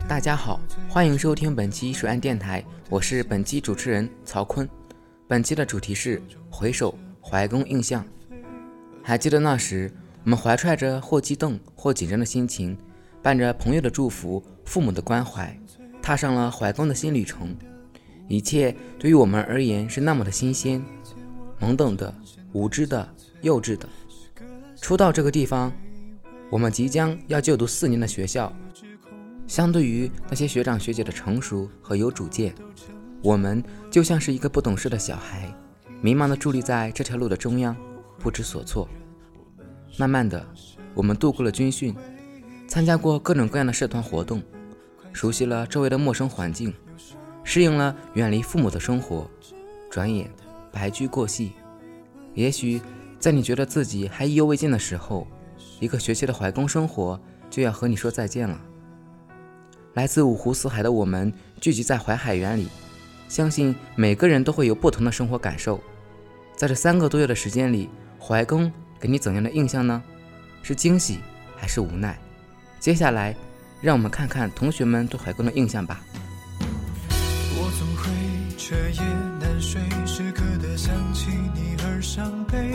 大家好，欢迎收听本期水岸电台，我是本期主持人曹坤。本期的主题是回首怀公印象。还记得那时，我们怀揣着或激动或紧张的心情，伴着朋友的祝福、父母的关怀，踏上了怀公的新旅程。一切对于我们而言是那么的新鲜，懵懂的、无知的、幼稚的。初到这个地方，我们即将要就读4年的学校，相对于那些学长学姐的成熟和有主见，我们就像是一个不懂事的小孩，迷茫地伫立在这条路的中央，不知所措。慢慢的，我们度过了军训，参加过各种各样的社团活动，熟悉了周围的陌生环境，适应了远离父母的生活。转眼白驹过隙，也许在你觉得自己还意犹未尽的时候，一个学期的怀公生活就要和你说再见了。来自五湖四海的我们聚集在淮海园里，相信每个人都会有不同的生活感受。在这3个多月的时间里，怀公给你怎样的印象呢？是惊喜还是无奈？接下来让我们看看同学们对怀公的印象吧。 我总会彻夜难睡，时刻地想起你而伤悲。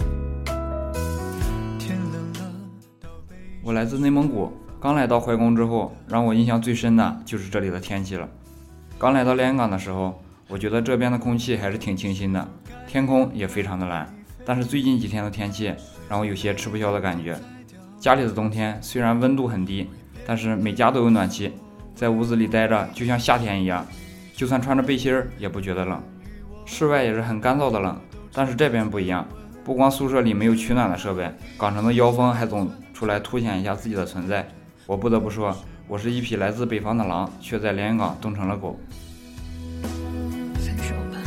天冷了， 我来自内蒙古，刚来到怀公之后，让我印象最深的就是这里的天气了。刚来到连云港的时候，我觉得这边的空气还是挺清新的，天空也非常的蓝。但是最近几天的天气让我有些吃不消的感觉。家里的冬天虽然温度很低，但是每家都有暖气，在屋子里待着就像夏天一样，就算穿着背心儿也不觉得冷。室外也是很干燥的冷，但是这边不一样，不光宿舍里没有取暖的设备，港城的妖风还总出来凸显一下自己的存在。我不得不说，我是一匹来自北方的狼，却在连云港冻成了狗。 分手吧。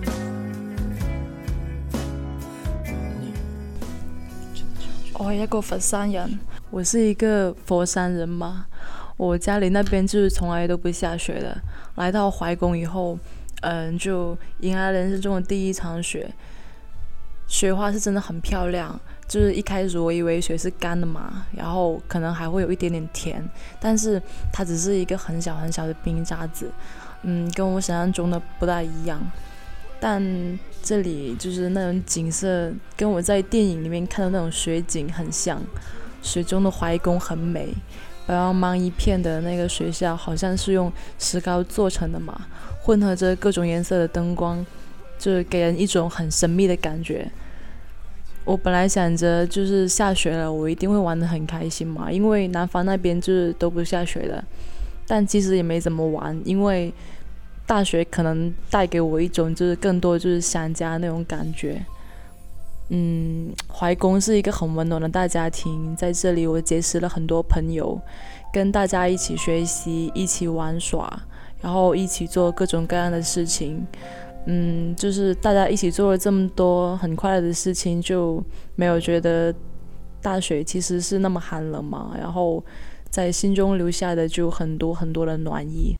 我係一個佛山人，我是一個佛山人嘛。我家裡那邊就是從來都不下雪的。來到懷公以後，就迎來人生中的第一場雪。雪花是真的很漂亮，就是一開始我以為雪是乾的嘛，然後可能還會有一點點甜，但是它只是一個很小很小的冰渣子，跟我想象中的不大一樣。但这里就是那种景色跟我在电影里面看到那种雪景很像，水中的怀公很美，白茫茫一片的那个学校好像是用石膏做成的嘛，混合着各种颜色的灯光，就是给人一种很神秘的感觉。我本来想着就是下雪了我一定会玩得很开心嘛，因为南方那边就是都不下雪的，但其实也没怎么玩，因为大学可能带给我一种就是更多就是想家那种感觉。怀公是一个很温暖的大家庭，在这里我结识了很多朋友，跟大家一起学习，一起玩耍，然后一起做各种各样的事情。就是大家一起做了这么多很快乐的事情，就没有觉得大雪其实是那么寒冷嘛，然后在心中留下的就很多很多的暖意。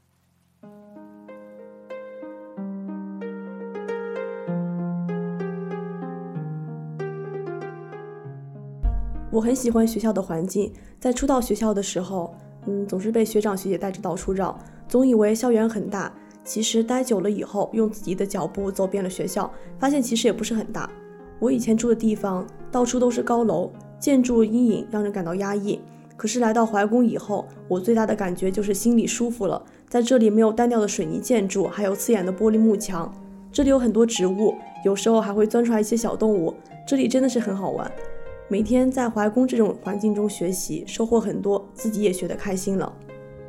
我很喜欢学校的环境，在初到学校的时候，总是被学长学姐带着到处绕，总以为校园很大，其实待久了以后，用自己的脚步走遍了学校，发现其实也不是很大。我以前住的地方到处都是高楼，建筑阴影让人感到压抑，可是来到怀公以后，我最大的感觉就是心里舒服了。在这里没有单调的水泥建筑，还有刺眼的玻璃幕墙，这里有很多植物，有时候还会钻出来一些小动物，这里真的是很好玩。每天在怀公这种环境中学习，收获很多，自己也学得开心了。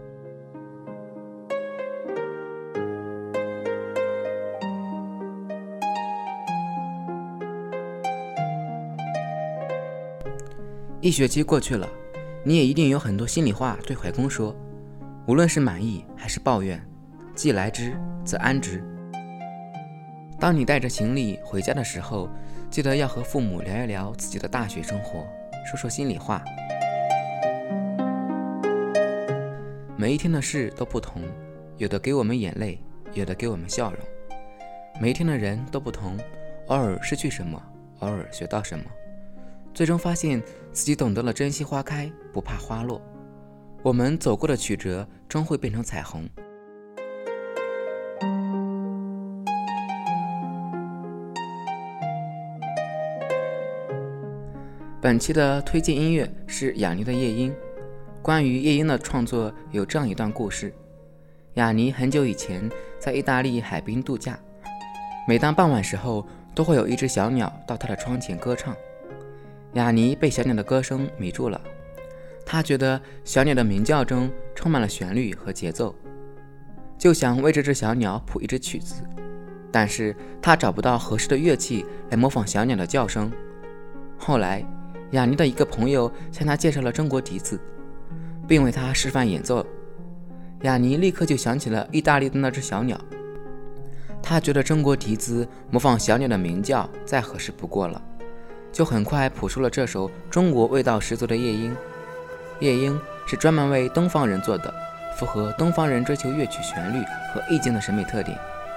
一学期过去了，你也一定有很多心里话对怀公说，无论是满意还是抱怨，既来之则安之。当你带着行李回家的时候，记得要和父母聊一聊自己的大学生活，说说心里话。每一天的事都不同，有的给我们眼泪，有的给我们笑容。每一天的人都不同，偶尔失去什么，偶尔学到什么，最终发现自己懂得了珍惜花开，不怕花落。我们走过的曲折， 终会变成彩虹。本期的推荐音乐是雅尼的《夜莺》。关于夜莺的创作有这样一段故事：雅尼很久以前在意大利海滨度假，每当傍晚时候，都会有一只小鸟到他的窗前歌唱。雅尼被小鸟的歌声迷住了，他觉得小鸟的鸣叫中充满了旋律和节奏，就想为这只小鸟谱一支曲子，但是他找不到合适的乐器来模仿小鸟的叫声。后来雅尼的一个朋友向他介绍了中国笛子，并为他示范演奏。雅尼立刻就想起了意大利的那只小鸟，他觉得中国笛子模仿小鸟的鸣叫再合适不过了，就很快谱出了这首中国味道十足的夜莺。夜莺是专门为东方人做的，符合东方人追求乐曲旋律和意境的审美特点。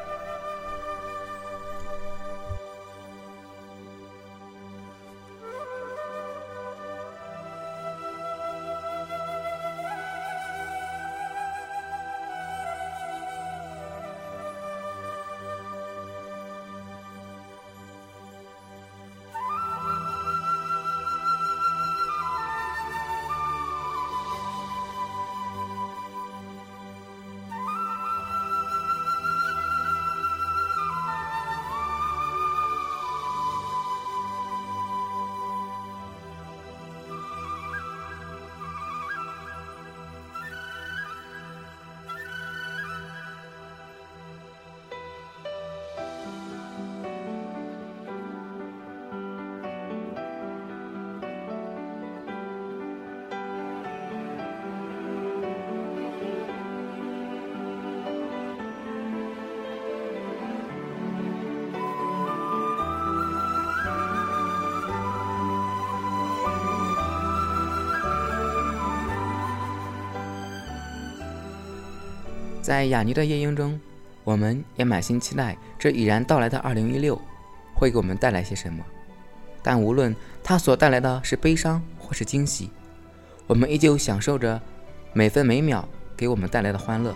在雅尼的夜莺中，我们也满心期待这已然到来的2016会给我们带来些什么。但无论它所带来的是悲伤或是惊喜，我们依旧享受着每分每秒给我们带来的欢乐。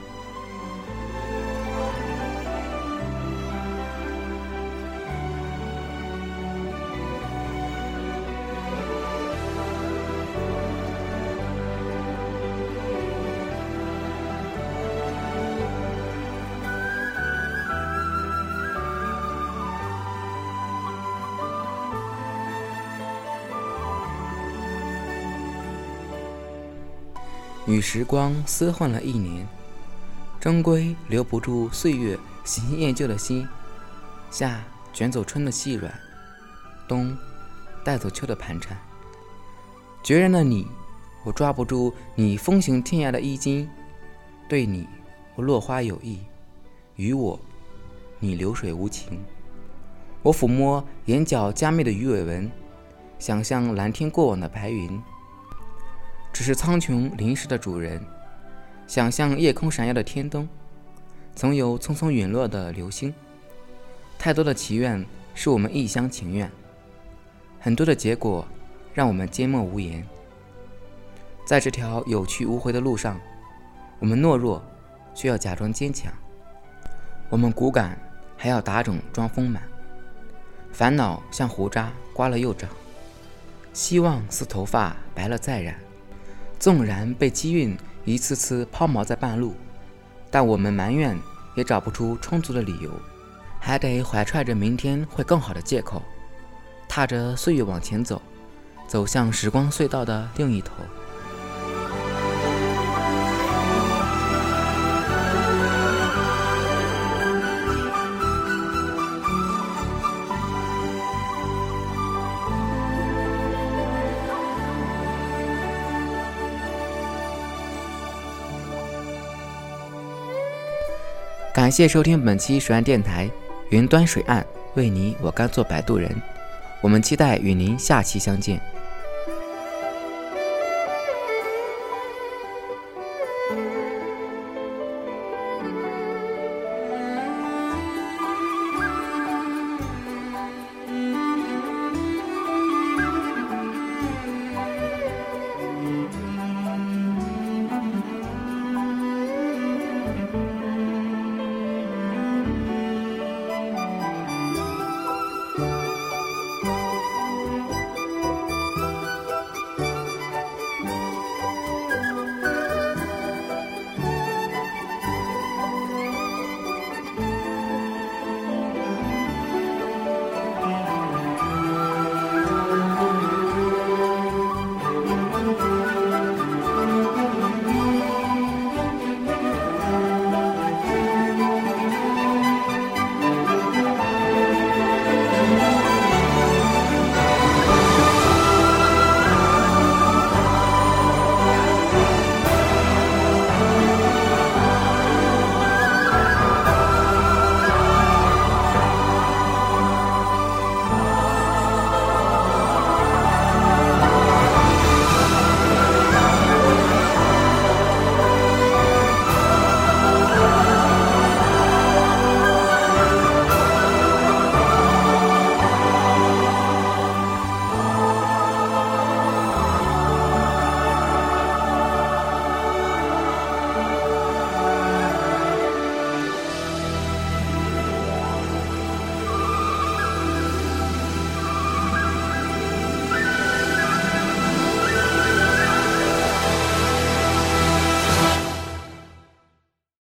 与时光厮混了1年，终归留不住岁月喜新厌旧的心。夏卷走春的细软，冬带走秋的盘缠。决然的你，我抓不住你风行天涯的衣襟；对你，我落花有意；与我，你流水无情。我抚摸眼角加密的鱼尾纹，想象蓝天过往的白云。只是苍穹临时的主人，想象夜空闪耀的天灯，总有匆匆陨落的流星。太多的祈愿是我们一厢情愿，很多的结果让我们缄默无言。在这条有去无回的路上，我们懦弱却要假装坚强，我们骨感还要打肿装丰满。烦恼像胡渣刮了又长，希望似头发白了再染。纵然被机运一次次抛锚在半路，但我们埋怨也找不出充足的理由，还得怀揣着明天会更好的借口，踏着岁月往前走，走向时光隧道的另一头。感谢收听本期水岸电台，云端水岸为你我甘做摆渡人，我们期待与您下期相见。